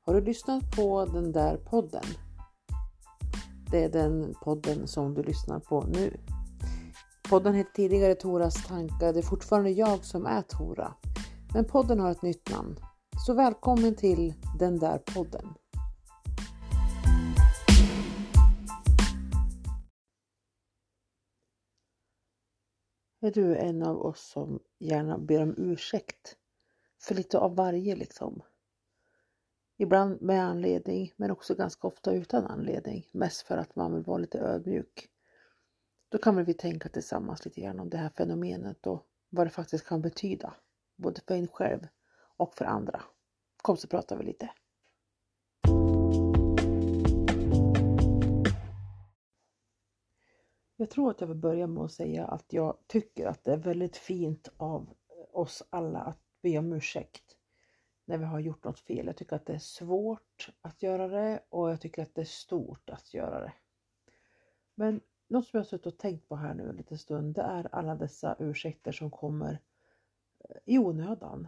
Har du lyssnat på den där podden? Det är den podden som du lyssnar på nu. Podden hette tidigare Toras tankar. Det är fortfarande jag som är Tora. Men podden har ett nytt namn. Så välkommen till den där podden. Är du en av oss som gärna ber om ursäkt för lite av varje liksom? Ibland med anledning, men också ganska ofta utan anledning. Mest för att man vill vara lite ödmjuk. Då kan väl vi tänka tillsammans lite grann om det här fenomenet och vad det faktiskt kan betyda. Både för en själv och för andra. Kom så pratar vi lite. Jag tror att jag vill börja med att säga att jag tycker att det är väldigt fint av oss alla att be om ursäkt när vi har gjort något fel. Jag tycker att det är svårt att göra det och jag tycker att det är stort att göra det. Men något som jag har suttit och tänkt på här nu en liten stund, det är alla dessa ursäkter som kommer i onödan.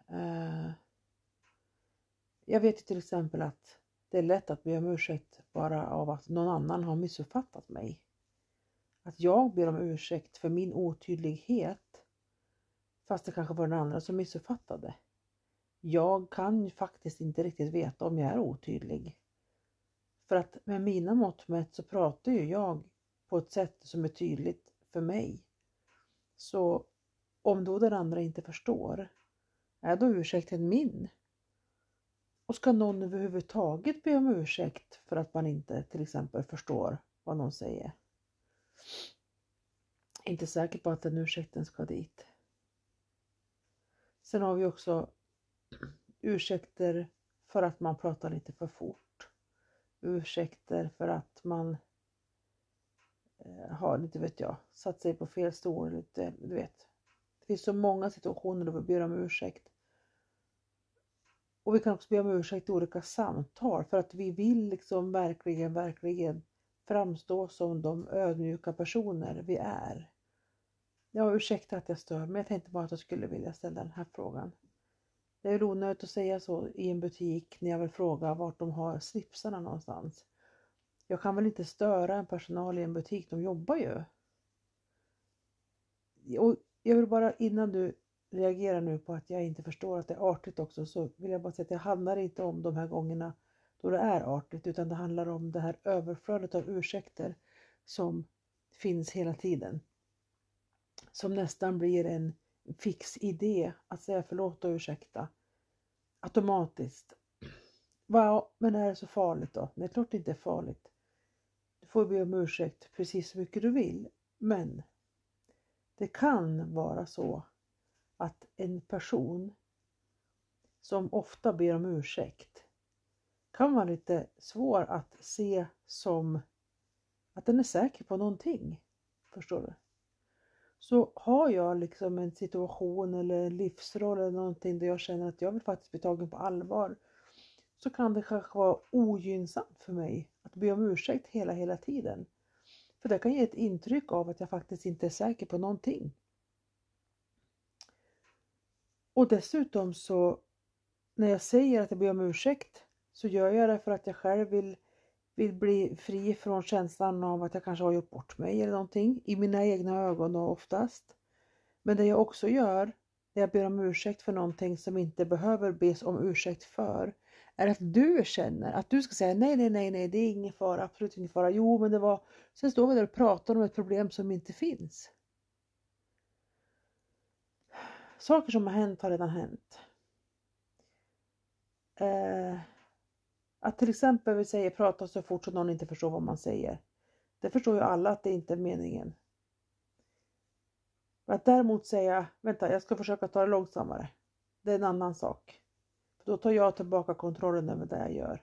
Jag vet ju till exempel att det är lätt att be om ursäkt bara av att någon annan har missuppfattat mig. Att jag ber om ursäkt för min otydlighet fast det kanske var den andra som missuppfattade. Jag kan ju faktiskt inte riktigt veta om jag är otydlig. För att med mina mått mätt så pratar ju jag på ett sätt som är tydligt för mig. Så om då den andra inte förstår, är då ursäkten min? Och ska någon överhuvudtaget be om ursäkt för att man inte till exempel förstår vad någon säger? Jag är inte säker på att den ursäkten ska dit. Sen har vi också ursäkter för att man pratar lite för fort. Ursäkter för att man har lite, satt sig på fel stol. Lite, du vet. Det finns så många situationer då vi ber om ursäkt. Och vi kan också be om ursäkt i olika samtal. För att vi vill liksom verkligen framstå som de ödmjuka personer vi är. Jag ursäkta att jag stör, men jag tänkte bara att jag skulle vilja ställa den här frågan. Det är onödigt att säga så i en butik när jag vill fråga vart de har slipsarna någonstans. Jag kan väl inte störa en personal i en butik, de jobbar ju. Och jag vill bara, innan du reagerar nu på att jag inte förstår att det är artigt också, så vill jag bara säga att det handlar inte om de här gångerna då det är artigt, utan det handlar om det här överflödet av ursäkter som finns hela tiden. Som nästan blir en fix idé att säga förlåt och ursäkta. Automatiskt. Wow, men är det så farligt då? Nej, klart det inte är farligt. Du får be om ursäkt precis så mycket du vill. Men det kan vara så att en person som ofta ber om ursäkt kan vara lite svår att se som att den är säker på någonting. Förstår du? Så har jag liksom en situation eller en livsroll eller någonting där jag känner att jag vill faktiskt bli tagen på allvar, så kan det kanske vara ogynnsamt för mig att be om ursäkt hela tiden. För det kan ge ett intryck av att jag faktiskt inte är säker på någonting. Och dessutom så, när jag säger att jag ber om ursäkt, så gör jag det för att jag själv vill bli fri från känslan av att jag kanske har gjort bort mig eller någonting. I mina egna ögon då oftast. Men det jag också gör när jag ber om ursäkt för någonting som inte behöver bes om ursäkt för, är att du känner att du ska säga nej, det är ingen fara, absolut ingen fara. Jo, men det var... Sen står vi där och pratar om ett problem som inte finns. Saker som har hänt har redan hänt. Att till exempel vi säger prata så fort så någon inte förstår vad man säger. Det förstår ju alla att det inte är meningen. Att däremot säga, vänta, jag ska försöka ta det långsammare. Det är en annan sak. För då tar jag tillbaka kontrollen över det jag gör.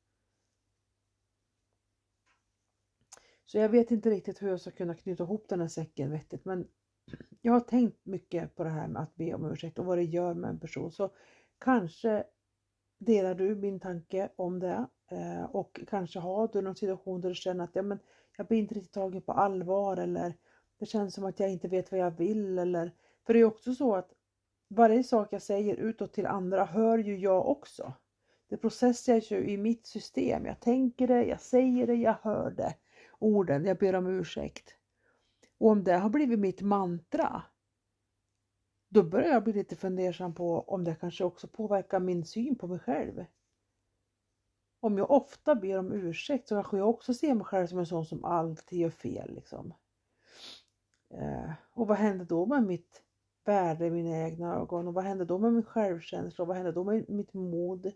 Så jag vet inte riktigt hur jag ska kunna knyta ihop den här säcken vettigt. Men jag har tänkt mycket på det här med att be om ursäkt och vad det gör med en person. Så kanske delar du min tanke om det. Och kanske har du någon situation där du känner att jag blir inte riktigt tagen på allvar. Eller det känns som att jag inte vet vad jag vill. Eller, för det är också så att varje sak jag säger utåt till andra hör ju jag också. Det processar ju i mitt system. Jag tänker det, jag säger det, jag hör det. Orden, jag ber om ursäkt. Och om det har blivit mitt mantra, då börjar jag bli lite fundersam på om det kanske också påverkar min syn på mig själv. Om jag ofta ber om ursäkt så kanske jag också ser mig själv som en sån som alltid gör fel. Liksom. Och vad händer då med mitt värde i mina egna ögon? Och vad händer då med min självkänsla? Och vad händer då med mitt mod?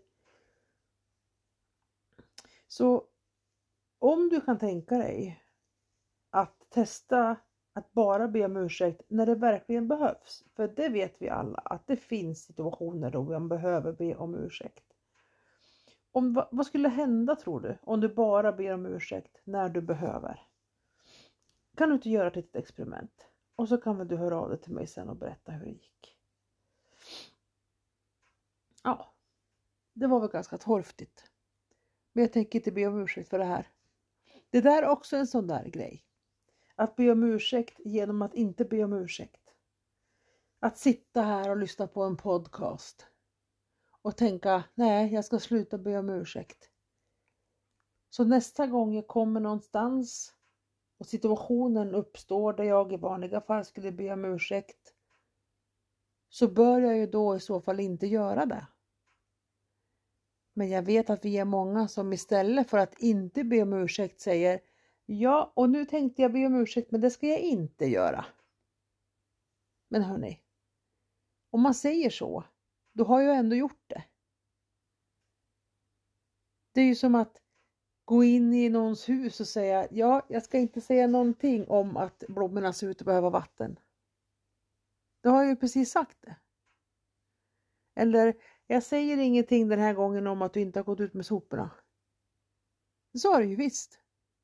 Så om du kan tänka dig att testa att bara be om ursäkt när det verkligen behövs. För det vet vi alla att det finns situationer då man behöver be om ursäkt. Vad skulle hända tror du om du bara ber om ursäkt när du behöver? Kan du inte göra ett litet experiment? Och så kan väl du höra av dig till mig sen och berätta hur det gick. Ja, det var väl ganska torftigt. Men jag tänker inte be om ursäkt för det här. Det där är också en sån där grej. Att be om ursäkt genom att inte be om ursäkt. Att sitta här och lyssna på en podcast. Och tänka, nej jag ska sluta be om ursäkt. Så nästa gång jag kommer någonstans och situationen uppstår där jag i vanliga fall skulle be om ursäkt. Så bör jag ju då i så fall inte göra det. Men jag vet att vi är många som istället för att inte be om ursäkt säger, ja och nu tänkte jag be om ursäkt men det ska jag inte göra. Men hörni, om man säger så, då har jag ändå gjort det. Det är ju som att gå in i någons hus och säga, ja jag ska inte säga någonting om att blommorna ser ut att behöva vatten. Då har jag ju precis sagt det. Eller, jag säger ingenting den här gången om att du inte har gått ut med soporna. Det sa du ju visst.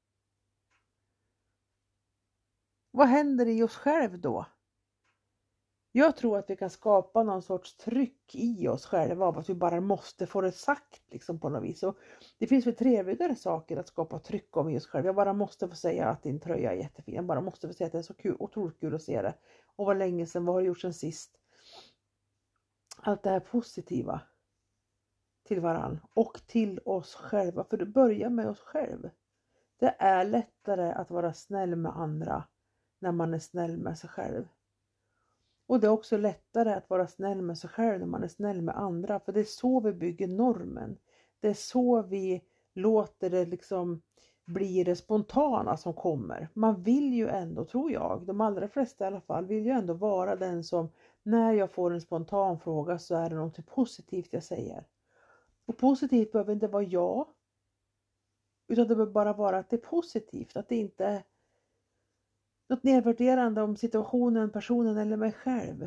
Vad händer i oss själv då? Jag tror att vi kan skapa någon sorts tryck i oss själva av att vi bara måste få det sagt liksom på något vis. Och det finns väl trevligare saker att skapa tryck om i oss själv. Jag bara måste få säga att din tröja är jättefin. Jag bara måste få säga att det är så kul, otroligt kul att se det. Och vad länge sedan, vad har du gjort sedan sist? Allt det här positiva till varann och till oss själva. För det börjar med oss själv. Det är lättare att vara snäll med andra när man är snäll med sig själv. Och det är också lättare att vara snäll med sig själv när man är snäll med andra. För det är så vi bygger normen. Det är så vi låter det liksom bli det spontana som kommer. Man vill ju ändå, tror jag, de allra flesta i alla fall, vill ju ändå vara den som när jag får en spontan fråga så är det något positivt jag säger. Och positivt behöver inte vara ja. Utan det behöver bara vara att det är positivt. Att det inte är något nedvärderande om situationen, personen eller mig själv.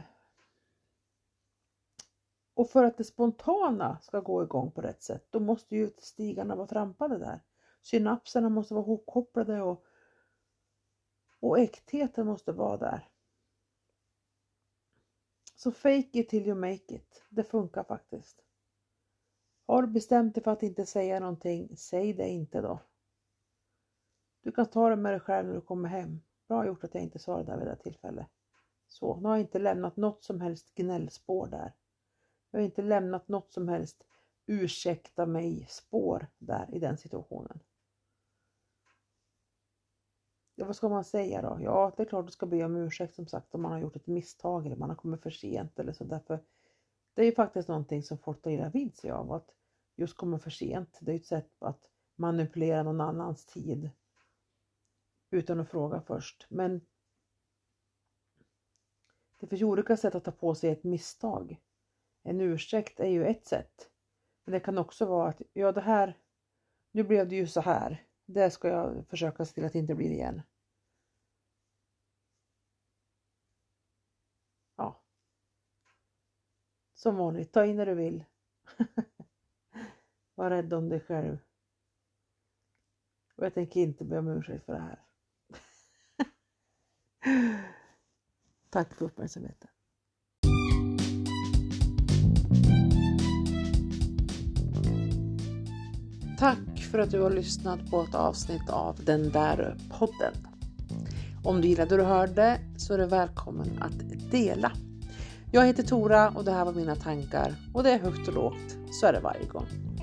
Och för att det spontana ska gå igång på rätt sätt, då måste ju stigarna vara trampade där. Synapserna måste vara hopkopplade och äktheten måste vara där. Så fake it till you make it. Det funkar faktiskt. Har du bestämt dig för att inte säga någonting, säg det inte då. Du kan ta det med dig själv när du kommer hem. Bra gjort att jag inte sa det där vid det tillfället. Så, nu har jag inte lämnat något som helst gnällspår där. Jag har inte lämnat något som helst ursäkta mig spår där i den situationen. Ja, vad ska man säga då? Ja, det är klart du ska be om ursäkt som sagt om man har gjort ett misstag eller man har kommit för sent eller så. Därför det är ju faktiskt någonting som folk tar illa vid sig av, att just komma för sent. Det är ju ett sätt att manipulera någon annans tid utan att fråga först. Men det finns ju olika sätt att ta på sig ett misstag. En ursäkt är ju ett sätt. Men det kan också vara att ja, det här, nu blev det ju så här. Det ska jag försöka se till att det inte blir igen. Ja. Som vanligt, ta in när du vill. Var rädd om dig själv. Och jag tänker inte be om ursäkt för det här. Tack för uppmärksamheten. Tack för att du har lyssnat på ett avsnitt av Den där podden. Om du gillade det du hörde så är du välkommen att dela. Jag heter Tora och det här var mina tankar och det är högt och lågt, så är det varje gång.